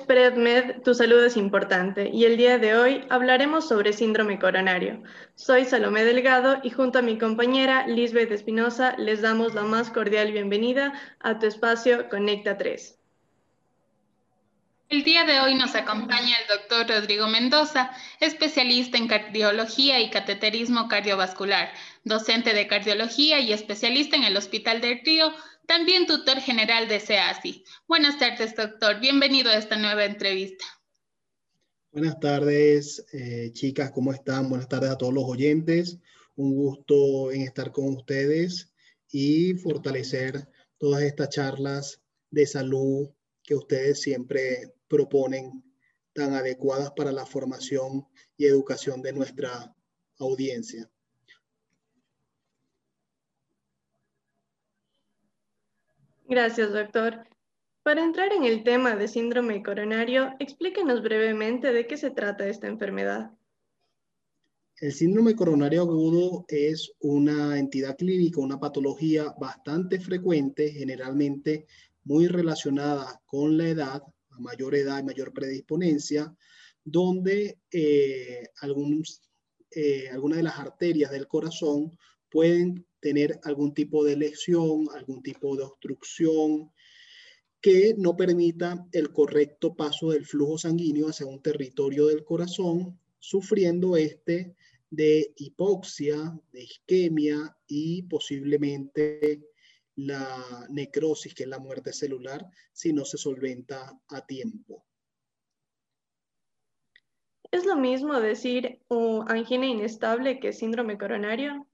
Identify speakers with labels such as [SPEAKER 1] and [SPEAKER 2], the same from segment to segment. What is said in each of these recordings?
[SPEAKER 1] PredMed, tu salud es importante y el día de hoy hablaremos sobre síndrome coronario. Soy Salomé Delgado y junto a mi compañera Lisbeth Espinosa les damos la más cordial bienvenida a tu espacio Conecta 3.
[SPEAKER 2] El día de hoy nos acompaña el doctor Rodrigo Mendoza, especialista en cardiología y cateterismo cardiovascular, docente de cardiología y especialista en el Hospital del Río, también tutor general de SEASI. Buenas tardes, doctor. Bienvenido a esta nueva entrevista.
[SPEAKER 3] Buenas tardes, chicas, ¿cómo están? Buenas tardes a todos los oyentes. Un gusto en estar con ustedes y fortalecer todas estas charlas de salud que ustedes siempre proponen, tan adecuadas para la formación y educación de nuestra audiencia.
[SPEAKER 1] Gracias, doctor. Para entrar en el tema de síndrome coronario, explíquenos brevemente de qué se trata esta enfermedad.
[SPEAKER 3] El síndrome coronario agudo es una entidad clínica, una patología bastante frecuente, generalmente muy relacionada con la edad, a mayor edad y mayor predisponencia, donde algunas de las arterias del corazón pueden tener algún tipo de lesión, algún tipo de obstrucción que no permita el correcto paso del flujo sanguíneo hacia un territorio del corazón, sufriendo de hipoxia, de isquemia y posiblemente la necrosis, que es la muerte celular, si no se solventa a tiempo.
[SPEAKER 1] ¿Es lo mismo decir angina inestable que síndrome coronario?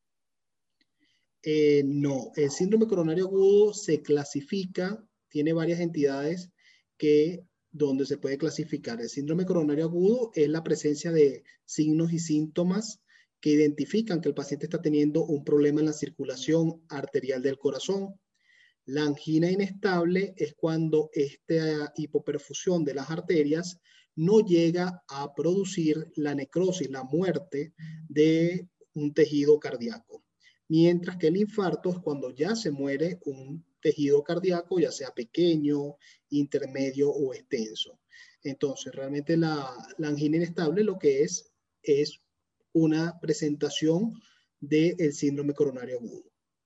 [SPEAKER 3] No, el síndrome coronario agudo se clasifica, tiene varias entidades donde se puede clasificar. El síndrome coronario agudo es la presencia de signos y síntomas que identifican que el paciente está teniendo un problema en la circulación arterial del corazón. La angina inestable es cuando esta hipoperfusión de las arterias no llega a producir la necrosis, la muerte de un tejido cardíaco. Mientras que el infarto es cuando ya se muere un tejido cardíaco, ya sea pequeño, intermedio o extenso. Entonces, realmente la angina inestable lo que es una presentación del síndrome coronario agudo.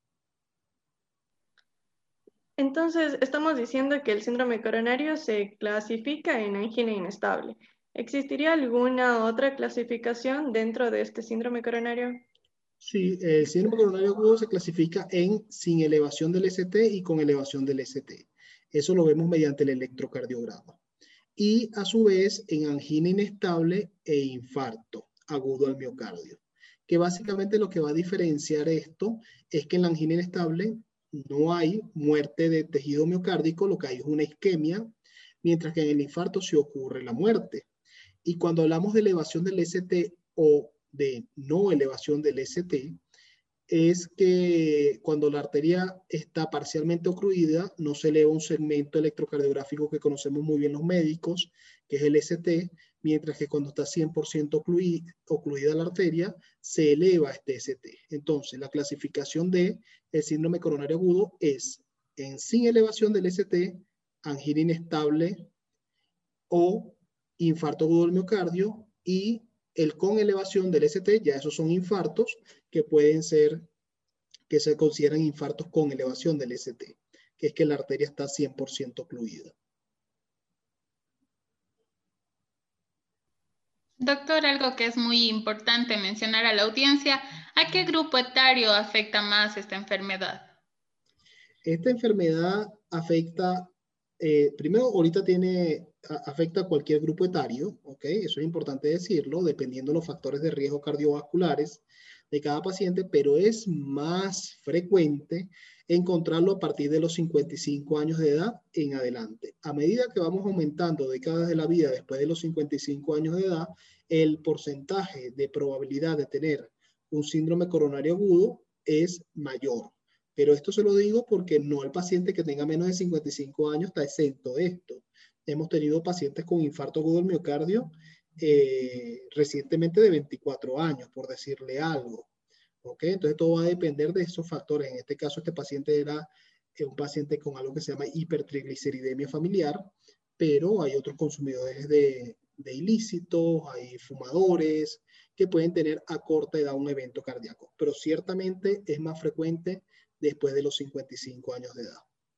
[SPEAKER 1] Entonces, estamos diciendo que el síndrome coronario se clasifica en angina inestable. ¿Existiría alguna otra clasificación dentro de este síndrome coronario?
[SPEAKER 3] Sí, el síndrome coronario agudo se clasifica en sin elevación del ST y con elevación del ST. Eso lo vemos mediante el electrocardiograma. Y a su vez en angina inestable e infarto agudo al miocardio. Que básicamente lo que va a diferenciar esto es que en la angina inestable no hay muerte de tejido miocárdico, lo que hay es una isquemia, mientras que en el infarto sí ocurre la muerte. Y cuando hablamos de elevación del ST o de no elevación del ST, es que cuando la arteria está parcialmente ocluida, no se eleva un segmento electrocardiográfico que conocemos muy bien los médicos, que es el ST, mientras que cuando está 100% ocluida la arteria, se eleva este ST. Entonces, la clasificación del síndrome coronario agudo es en sin elevación del ST, angina inestable o infarto agudo del miocardio, y el con elevación del ST, ya esos son infartos que se consideran infartos con elevación del ST, que es que la arteria está 100% ocluida.
[SPEAKER 2] Doctor, algo que es muy importante mencionar a la audiencia, ¿a qué grupo etario afecta más esta enfermedad?
[SPEAKER 3] Esta enfermedad afecta, primero, afecta a cualquier grupo etario, ¿ok? Eso es importante decirlo, dependiendo de los factores de riesgo cardiovasculares de cada paciente, pero es más frecuente encontrarlo a partir de los 55 años de edad en adelante. A medida que vamos aumentando décadas de la vida después de los 55 años de edad, el porcentaje de probabilidad de tener un síndrome coronario agudo es mayor. Pero esto se lo digo porque no el paciente que tenga menos de 55 años está exento de esto. Hemos tenido pacientes con infarto agudo del miocardio recientemente de 24 años, por decirle algo. ¿Ok? Entonces todo va a depender de esos factores. En este caso, este paciente era un paciente con algo que se llama hipertrigliceridemia familiar, pero hay otros consumidores de ilícitos, hay fumadores que pueden tener a corta edad un evento cardíaco, pero ciertamente es más frecuente después de los 55 años de edad.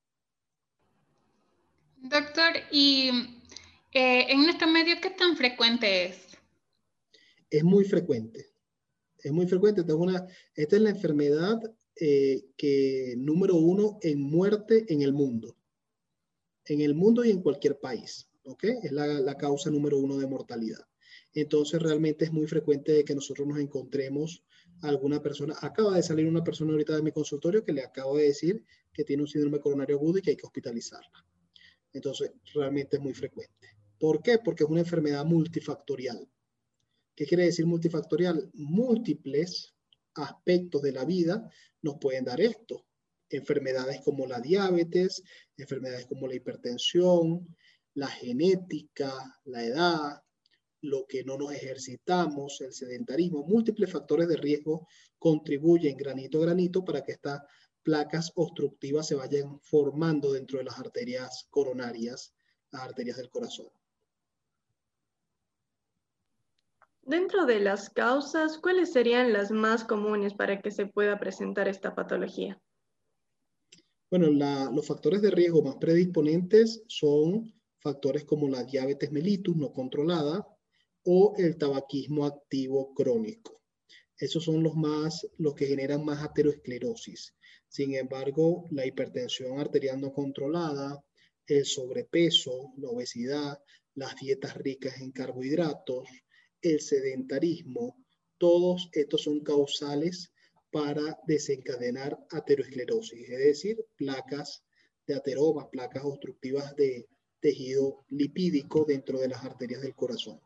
[SPEAKER 2] Doctor, y en nuestro medio, ¿qué tan frecuente es?
[SPEAKER 3] Es muy frecuente. Es muy frecuente. Esta es la enfermedad número 1 en muerte en el mundo. En el mundo y en cualquier país. ¿Ok? Es la causa número 1 de mortalidad. Entonces, realmente es muy frecuente de que nosotros nos encontremos alguna persona. Acaba de salir una persona ahorita de mi consultorio que le acabo de decir que tiene un síndrome coronario agudo y que hay que hospitalizarla. Entonces, realmente es muy frecuente. ¿Por qué? Porque es una enfermedad multifactorial. ¿Qué quiere decir multifactorial? Múltiples aspectos de la vida nos pueden dar esto. Enfermedades como la diabetes, enfermedades como la hipertensión, la genética, la edad, lo que no nos ejercitamos, el sedentarismo, múltiples factores de riesgo contribuyen granito a granito para que estas placas obstructivas se vayan formando dentro de las arterias coronarias, las arterias del corazón.
[SPEAKER 1] Dentro de las causas, ¿cuáles serían las más comunes para que se pueda presentar esta patología?
[SPEAKER 3] Bueno, los factores de riesgo más predisponentes son factores como la diabetes mellitus no controlada o el tabaquismo activo crónico. Esos son los que generan más aterosclerosis. Sin embargo, la hipertensión arterial no controlada, el sobrepeso, la obesidad, las dietas ricas en carbohidratos, el sedentarismo, todos estos son causales para desencadenar aterosclerosis, es decir, placas de ateromas, placas obstructivas de tejido lipídico dentro de las arterias del corazón.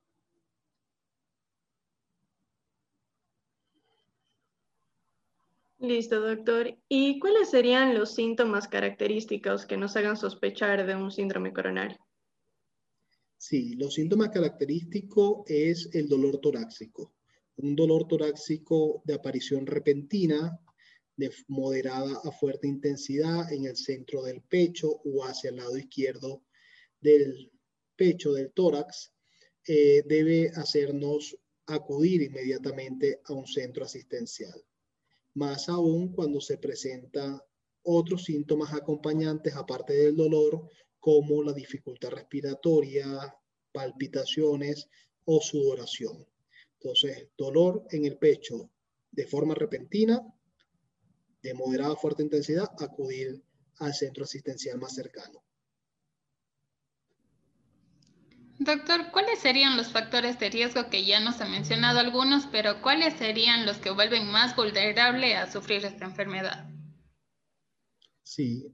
[SPEAKER 1] Listo, doctor. ¿Y cuáles serían los síntomas característicos que nos hagan sospechar de un síndrome coronario?
[SPEAKER 3] Sí, los síntomas característicos es el dolor torácico. Un dolor torácico de aparición repentina, de moderada a fuerte intensidad en el centro del pecho o hacia el lado izquierdo del pecho, del tórax, debe hacernos acudir inmediatamente a un centro asistencial. Más aún cuando se presentan otros síntomas acompañantes aparte del dolor, como la dificultad respiratoria, palpitaciones o sudoración. Entonces, dolor en el pecho de forma repentina, de moderada a fuerte intensidad, acudir al centro asistencial más cercano.
[SPEAKER 2] Doctor, ¿cuáles serían los factores de riesgo que ya nos ha mencionado algunos, pero cuáles serían los que vuelven más vulnerable a sufrir esta enfermedad?
[SPEAKER 3] Sí,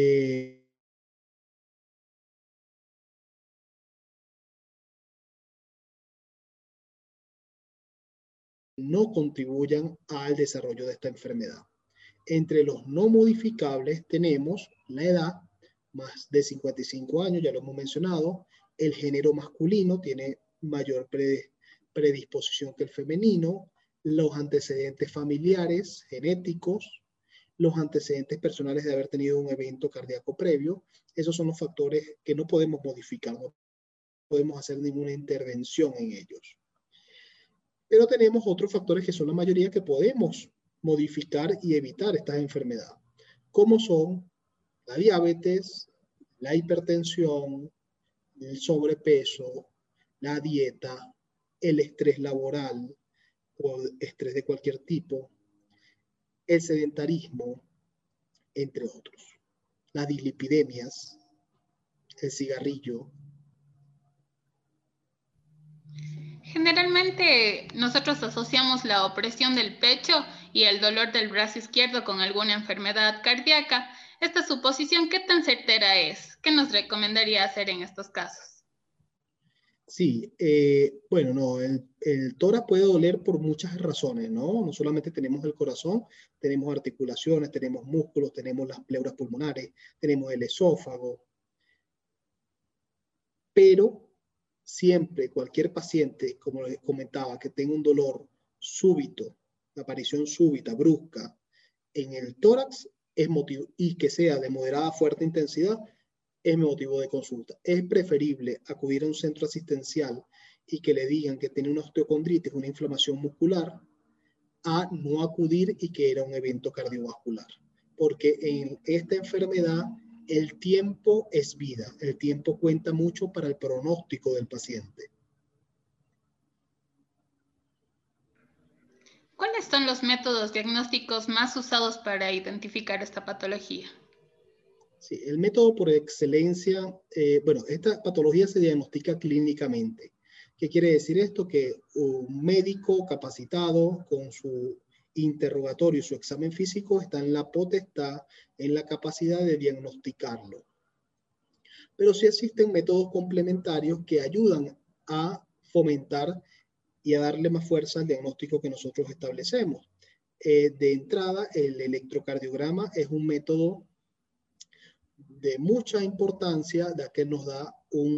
[SPEAKER 3] no contribuyan al desarrollo de esta enfermedad. Entre los no modificables tenemos la edad, más de 55 años, ya lo hemos mencionado, el género masculino tiene mayor predisposición que el femenino, los antecedentes familiares, genéticos, los antecedentes personales de haber tenido un evento cardíaco previo. Esos son los factores que no podemos modificar, no podemos hacer ninguna intervención en ellos. Pero tenemos otros factores que son la mayoría que podemos modificar y evitar estas enfermedades, como son la diabetes, la hipertensión, el sobrepeso, la dieta, el estrés laboral o estrés de cualquier tipo, el sedentarismo, entre otros. Las dislipidemias, el cigarrillo.
[SPEAKER 2] Generalmente nosotros asociamos la opresión del pecho y el dolor del brazo izquierdo con alguna enfermedad cardíaca. Esta suposición, ¿qué tan certera es? ¿Qué nos recomendaría hacer en estos casos?
[SPEAKER 3] Sí, bueno, no, el tórax puede doler por muchas razones, ¿no? No solamente tenemos el corazón, tenemos articulaciones, tenemos músculos, tenemos las pleuras pulmonares, tenemos el esófago. Pero siempre, cualquier paciente, como les comentaba, que tenga un dolor súbito, una aparición súbita, brusca, en el tórax, es motivo, y que sea de moderada a fuerte intensidad, es mi motivo de consulta. Es preferible acudir a un centro asistencial y que le digan que tiene una osteocondritis, una inflamación muscular, a no acudir y que era un evento cardiovascular. Porque en esta enfermedad el tiempo es vida, el tiempo cuenta mucho para el pronóstico del paciente.
[SPEAKER 2] ¿Cuáles son los métodos diagnósticos más usados para identificar esta patología?
[SPEAKER 3] Sí, el método por excelencia, bueno, esta patología se diagnostica clínicamente. ¿Qué quiere decir esto? Que un médico capacitado con su interrogatorio y su examen físico está en la potestad, en la capacidad de diagnosticarlo. Pero sí existen métodos complementarios que ayudan a fomentar y a darle más fuerza al diagnóstico que nosotros establecemos. De entrada, el electrocardiograma es un método de mucha importancia, ya que nos da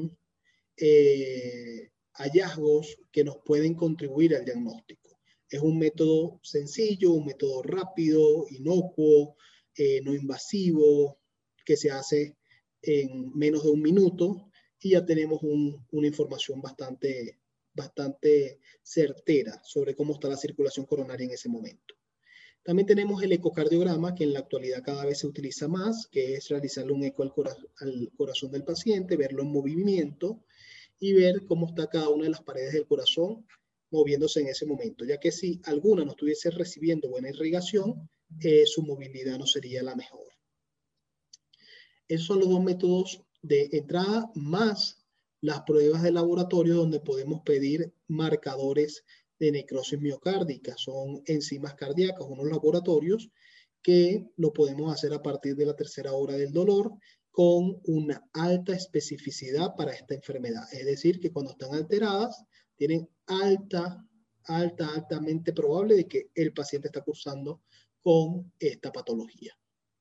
[SPEAKER 3] hallazgos que nos pueden contribuir al diagnóstico. Es un método sencillo, un método rápido, inocuo, no invasivo, que se hace en menos de un minuto y ya tenemos una información bastante certera sobre cómo está la circulación coronaria en ese momento. También tenemos el ecocardiograma, que en la actualidad cada vez se utiliza más, que es realizarle un eco al corazón del paciente, verlo en movimiento y ver cómo está cada una de las paredes del corazón moviéndose en ese momento, ya que si alguna no estuviese recibiendo buena irrigación, su movilidad no sería la mejor. Esos son los dos métodos de entrada, más las pruebas de laboratorio donde podemos pedir marcadores de necrosis miocárdica. Son enzimas cardíacas, unos laboratorios que lo podemos hacer a partir de la tercera hora del dolor con una alta especificidad para esta enfermedad. Es decir, que cuando están alteradas, tienen altamente probable de que el paciente está cursando con esta patología.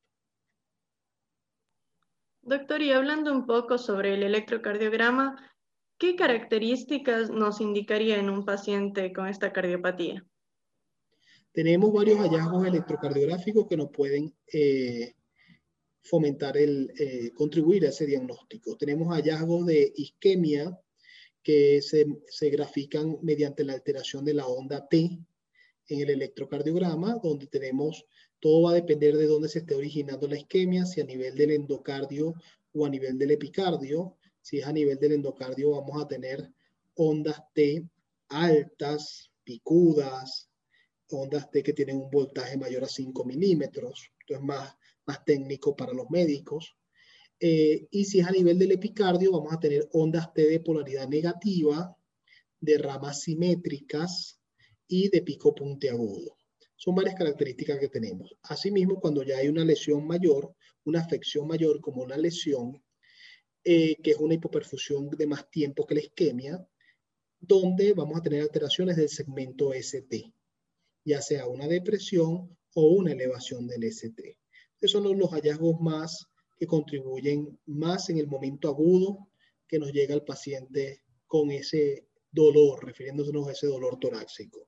[SPEAKER 1] Doctor, y hablando un poco sobre el electrocardiograma, ¿qué características nos indicaría en un paciente con esta cardiopatía?
[SPEAKER 3] Tenemos varios hallazgos electrocardiográficos que nos pueden fomentar contribuir a ese diagnóstico. Tenemos hallazgos de isquemia que se grafican mediante la alteración de la onda T en el electrocardiograma, donde todo va a depender de dónde se esté originando la isquemia, si a nivel del endocardio o a nivel del epicardio. Si es a nivel del endocardio, vamos a tener ondas T altas, picudas, ondas T que tienen un voltaje mayor a 5 milímetros. Esto es más técnico para los médicos. Y si es a nivel del epicardio, vamos a tener ondas T de polaridad negativa, de ramas simétricas y de pico puntiagudo. Son varias características que tenemos. Asimismo, cuando ya hay una lesión mayor, una afección mayor como una lesión, que es una hipoperfusión de más tiempo que la isquemia, donde vamos a tener alteraciones del segmento ST, ya sea una depresión o una elevación del ST. Esos son los hallazgos más que contribuyen más en el momento agudo que nos llega al paciente con ese dolor, refiriéndonos a ese dolor torácico.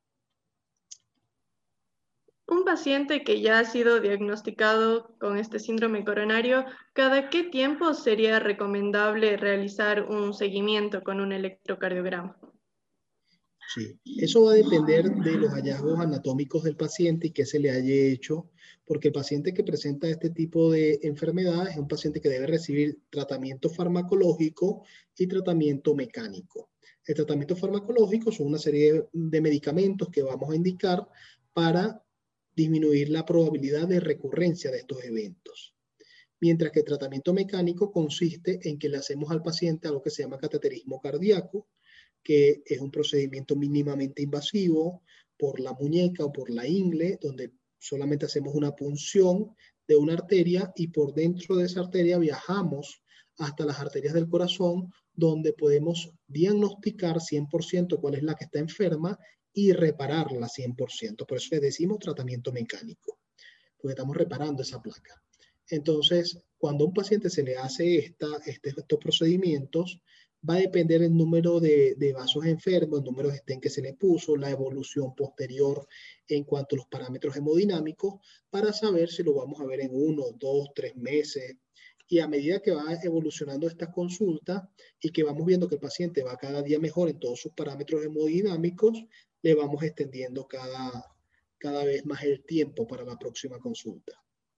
[SPEAKER 1] Un paciente que ya ha sido diagnosticado con este síndrome coronario, ¿cada qué tiempo sería recomendable realizar un seguimiento con un electrocardiograma?
[SPEAKER 3] Sí, eso va a depender de los hallazgos anatómicos del paciente y qué se le haya hecho, porque el paciente que presenta este tipo de enfermedad es un paciente que debe recibir tratamiento farmacológico y tratamiento mecánico. El tratamiento farmacológico son una serie de medicamentos que vamos a indicar para disminuir la probabilidad de recurrencia de estos eventos. Mientras que el tratamiento mecánico consiste en que le hacemos al paciente algo que se llama cateterismo cardíaco, que es un procedimiento mínimamente invasivo por la muñeca o por la ingle, donde solamente hacemos una punción de una arteria y por dentro de esa arteria viajamos hasta las arterias del corazón, donde podemos diagnosticar 100% cuál es la que está enferma y repararla 100%. Por eso le decimos tratamiento mecánico, porque estamos reparando esa placa. Entonces, cuando a un paciente se le hace estos procedimientos, va a depender el número de vasos enfermos, el número de stent que se le puso, la evolución posterior en cuanto a los parámetros hemodinámicos, para saber si lo vamos a ver en 1, 2, 3 meses. Y a medida que va evolucionando esta consulta y que vamos viendo que el paciente va cada día mejor en todos sus parámetros hemodinámicos, le vamos extendiendo cada vez más el tiempo para la próxima consulta.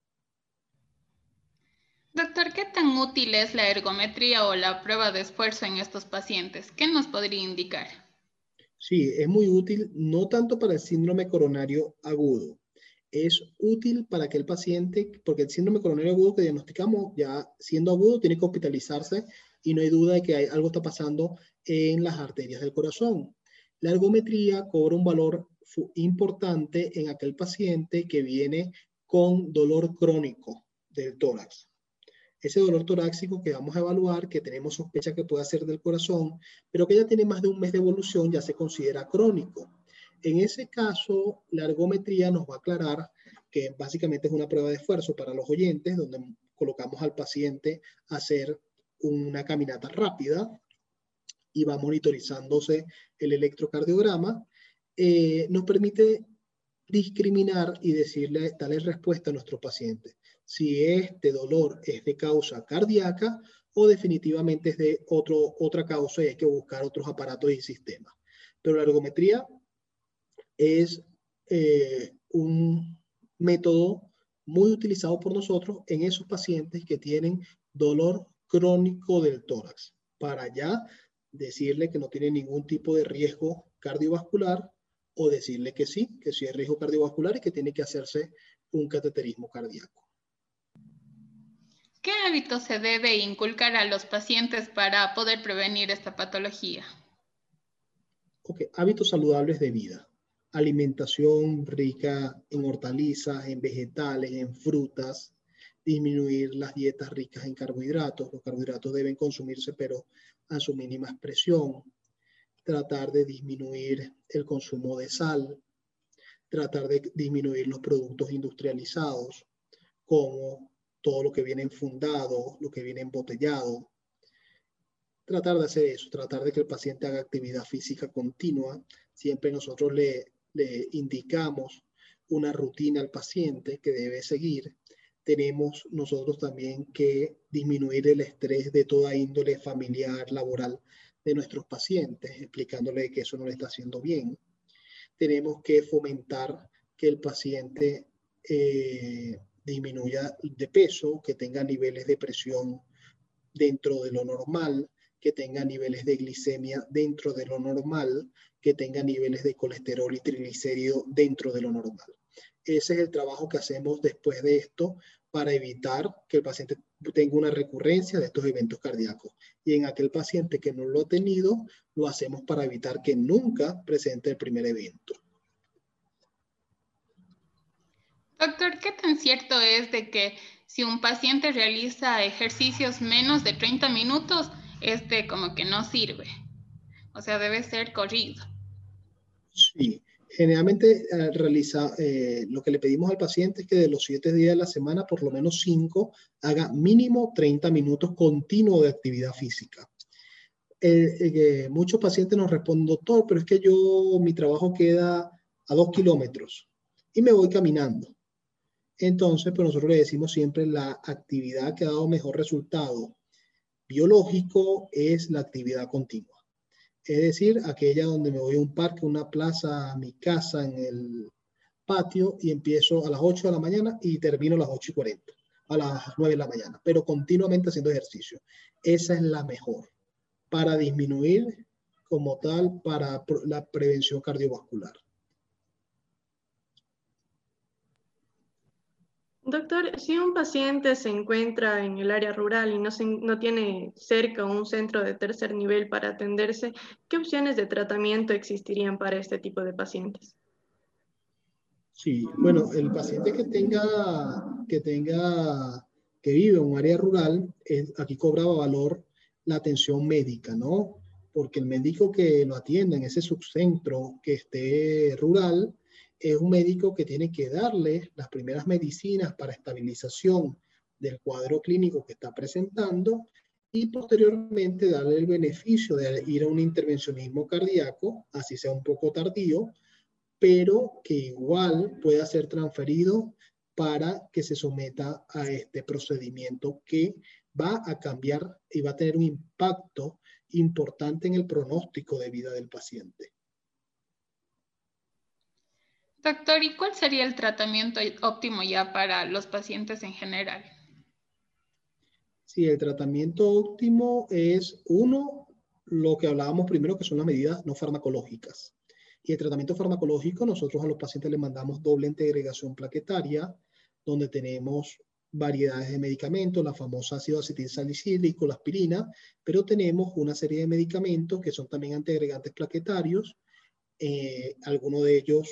[SPEAKER 2] Doctor, ¿qué tan útil es la ergometría o la prueba de esfuerzo en estos pacientes? ¿Qué nos podría indicar?
[SPEAKER 3] Sí, es muy útil, no tanto para el síndrome coronario agudo. Es útil para aquel paciente, porque el síndrome coronario agudo que diagnosticamos ya siendo agudo tiene que hospitalizarse y no hay duda de que algo está pasando en las arterias del corazón. La ergometría cobra un valor importante en aquel paciente que viene con dolor crónico del tórax. Ese dolor torácico que vamos a evaluar, que tenemos sospecha que puede ser del corazón, pero que ya tiene más de un mes de evolución, ya se considera crónico. En ese caso, la ergometría nos va a aclarar que básicamente es una prueba de esfuerzo para los oyentes, donde colocamos al paciente a hacer una caminata rápida y va monitorizándose el electrocardiograma. Nos permite discriminar y darle respuesta a nuestro paciente. Si este dolor es de causa cardíaca o definitivamente es de otra causa y hay que buscar otros aparatos y sistemas. Pero la ergometría es un método muy utilizado por nosotros en esos pacientes que tienen dolor crónico del tórax, para ya decirle que no tiene ningún tipo de riesgo cardiovascular o decirle que sí hay riesgo cardiovascular y que tiene que hacerse un cateterismo cardíaco.
[SPEAKER 2] ¿Qué hábitos se debe inculcar a los pacientes para poder prevenir esta patología?
[SPEAKER 3] Hábitos saludables de vida. Alimentación rica en hortalizas, en vegetales, en frutas. Disminuir las dietas ricas en carbohidratos. Los carbohidratos deben consumirse, pero a su mínima expresión. Tratar de disminuir el consumo de sal. Tratar de disminuir los productos industrializados, como todo lo que viene enfundado, lo que viene embotellado. Tratar de hacer eso, tratar de que el paciente haga actividad física continua. Siempre nosotros le indicamos una rutina al paciente que debe seguir. Tenemos nosotros también que disminuir el estrés de toda índole familiar, laboral de nuestros pacientes, explicándole que eso no le está haciendo bien. Tenemos que fomentar que el paciente disminuya de peso, que tenga niveles de presión dentro de lo normal, que tenga niveles de glicemia dentro de lo normal, que tenga niveles de colesterol y triglicérido dentro de lo normal. Ese es el trabajo que hacemos después de esto para evitar que el paciente tenga una recurrencia de estos eventos cardíacos. Y en aquel paciente que no lo ha tenido, lo hacemos para evitar que nunca presente el primer evento.
[SPEAKER 2] Doctor, ¿qué tan cierto es de que si un paciente realiza ejercicios menos de 30 minutos, como que no sirve? O sea, debe ser corrido.
[SPEAKER 3] Sí, generalmente lo que le pedimos al paciente es que de los 7 días de la semana, por lo menos 5, haga mínimo 30 minutos continuos de actividad física. Muchos pacientes nos responden, doctor, pero es que mi trabajo queda a 2 kilómetros y me voy caminando. Entonces, pues nosotros le decimos siempre la actividad que ha dado mejor resultado biológico es la actividad continua. Es decir, aquella donde me voy a un parque, una plaza, a mi casa, en el patio y empiezo a las 8 de la mañana y termino a las 8:40, a las 9 de la mañana, pero continuamente haciendo ejercicio. Esa es la mejor para disminuir como tal para la prevención cardiovascular.
[SPEAKER 1] Doctor, si un paciente se encuentra en el área rural y no tiene cerca un centro de tercer nivel para atenderse, ¿qué opciones de tratamiento existirían para este tipo de pacientes?
[SPEAKER 3] Sí, bueno, el paciente que vive en un área rural, aquí cobraba valor la atención médica, ¿no? Porque el médico que lo atienda en ese subcentro que esté rural, es un médico que tiene que darle las primeras medicinas para estabilización del cuadro clínico que está presentando y posteriormente darle el beneficio de ir a un intervencionismo cardíaco, así sea un poco tardío, pero que igual pueda ser transferido para que se someta a este procedimiento que va a cambiar y va a tener un impacto importante en el pronóstico de vida del paciente.
[SPEAKER 2] Doctor, ¿y cuál sería el tratamiento óptimo ya para los pacientes en general?
[SPEAKER 3] Sí, el tratamiento óptimo es lo que hablábamos primero, que son las medidas no farmacológicas. Y el tratamiento farmacológico, nosotros a los pacientes les mandamos doble antiagregación plaquetaria, donde tenemos variedades de medicamentos, la famosa ácido acetilsalicílico, la aspirina, pero tenemos una serie de medicamentos que son también antiagregantes plaquetarios, algunos de ellos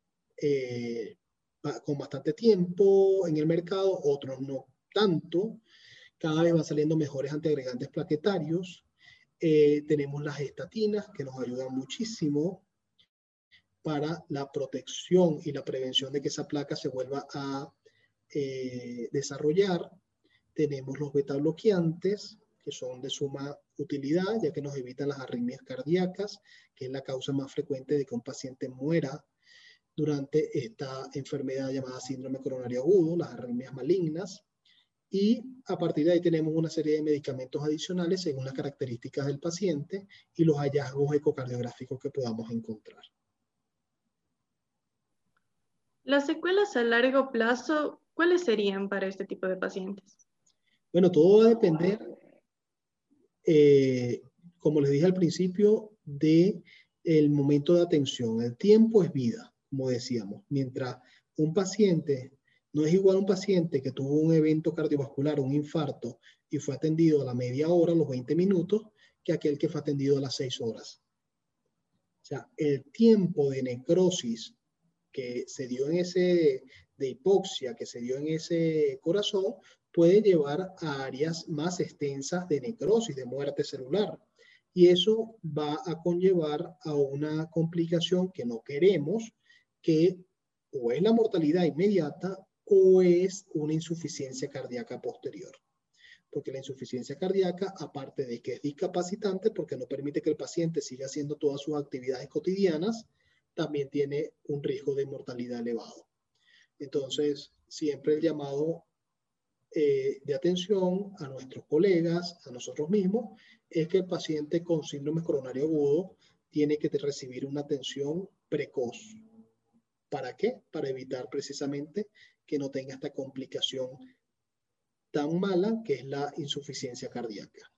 [SPEAKER 3] con bastante tiempo en el mercado, otros no tanto. Cada vez van saliendo mejores antiagregantes plaquetarios. Tenemos las estatinas que nos ayudan muchísimo para la protección y la prevención de que esa placa se vuelva a desarrollar. Tenemos los beta bloqueantes, que son de suma utilidad, ya que nos evitan las arritmias cardíacas, que es la causa más frecuente de que un paciente muera durante esta enfermedad llamada síndrome coronario agudo, las arritmias malignas. Y a partir de ahí tenemos una serie de medicamentos adicionales según las características del paciente y los hallazgos ecocardiográficos que podamos encontrar.
[SPEAKER 1] Las secuelas a largo plazo, ¿cuáles serían para este tipo de pacientes?
[SPEAKER 3] Bueno, todo va a depender, como les dije al principio, del momento de atención. El tiempo es vida, como decíamos. Mientras un paciente, no es igual un paciente que tuvo un evento cardiovascular, un infarto, y fue atendido a la media hora, los 20 minutos, que aquel que fue atendido a las 6 horas. O sea, el tiempo de necrosis que se dio de hipoxia que se dio en ese corazón, puede llevar a áreas más extensas de necrosis, de muerte celular. Y eso va a conllevar a una complicación que no queremos, que o es la mortalidad inmediata o es una insuficiencia cardíaca posterior. Porque la insuficiencia cardíaca, aparte de que es discapacitante, porque no permite que el paciente siga haciendo todas sus actividades cotidianas, también tiene un riesgo de mortalidad elevado. Entonces, siempre el llamado de atención a nuestros colegas, a nosotros mismos, es que el paciente con síndrome coronario agudo tiene que recibir una atención precoz. ¿Para qué? Para evitar precisamente que no tenga esta complicación tan mala que es la insuficiencia cardíaca.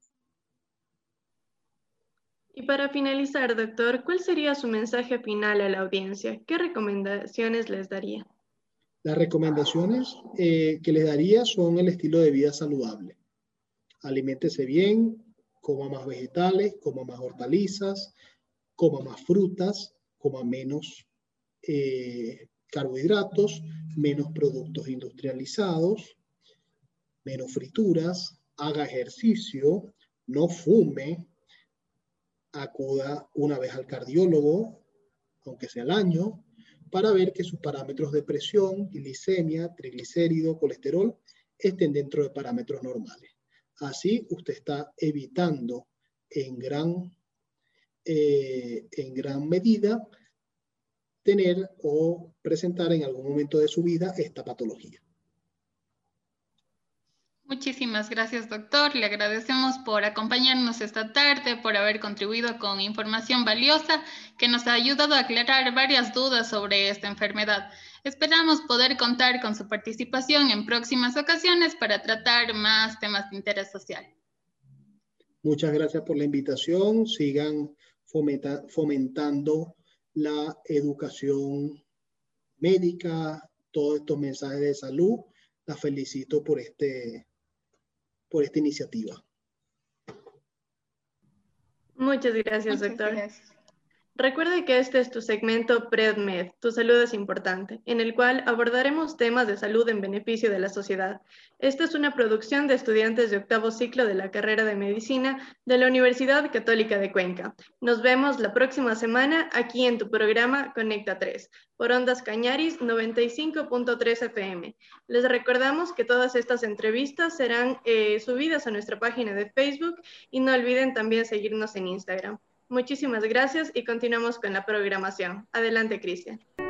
[SPEAKER 1] Y para finalizar, doctor, ¿cuál sería su mensaje final a la audiencia? ¿Qué recomendaciones les daría?
[SPEAKER 3] Las recomendaciones que les daría son el estilo de vida saludable. Aliméntese bien, coma más vegetales, coma más hortalizas, coma más frutas, coma menos carbohidratos, menos productos industrializados, menos frituras, haga ejercicio, no fume, acuda una vez al cardiólogo, aunque sea al año, para ver que sus parámetros de presión, glicemia, triglicérido, colesterol estén dentro de parámetros normales. Así usted está evitando en gran medida tener o presentar en algún momento de su vida esta patología.
[SPEAKER 2] Muchísimas gracias, doctor. Le agradecemos por acompañarnos esta tarde, por haber contribuido con información valiosa que nos ha ayudado a aclarar varias dudas sobre esta enfermedad. Esperamos poder contar con su participación en próximas ocasiones para tratar más temas de interés social.
[SPEAKER 3] Muchas gracias por la invitación. Sigan fomentando la educación médica, todos estos mensajes de salud. La felicito por esta iniciativa.
[SPEAKER 1] Muchas gracias,
[SPEAKER 2] Muchas
[SPEAKER 1] doctor.
[SPEAKER 2] gracias.
[SPEAKER 1] Recuerde que este es tu segmento PredMed, Tu Salud es Importante, en el cual abordaremos temas de salud en beneficio de la sociedad. Esta es una producción de estudiantes de octavo ciclo de la carrera de Medicina de la Universidad Católica de Cuenca. Nos vemos la próxima semana aquí en tu programa Conecta 3, por Ondas Cañaris 95.3 FM. Les recordamos que todas estas entrevistas serán subidas a nuestra página de Facebook y no olviden también seguirnos en Instagram. Muchísimas gracias y continuamos con la programación. Adelante, Cristian.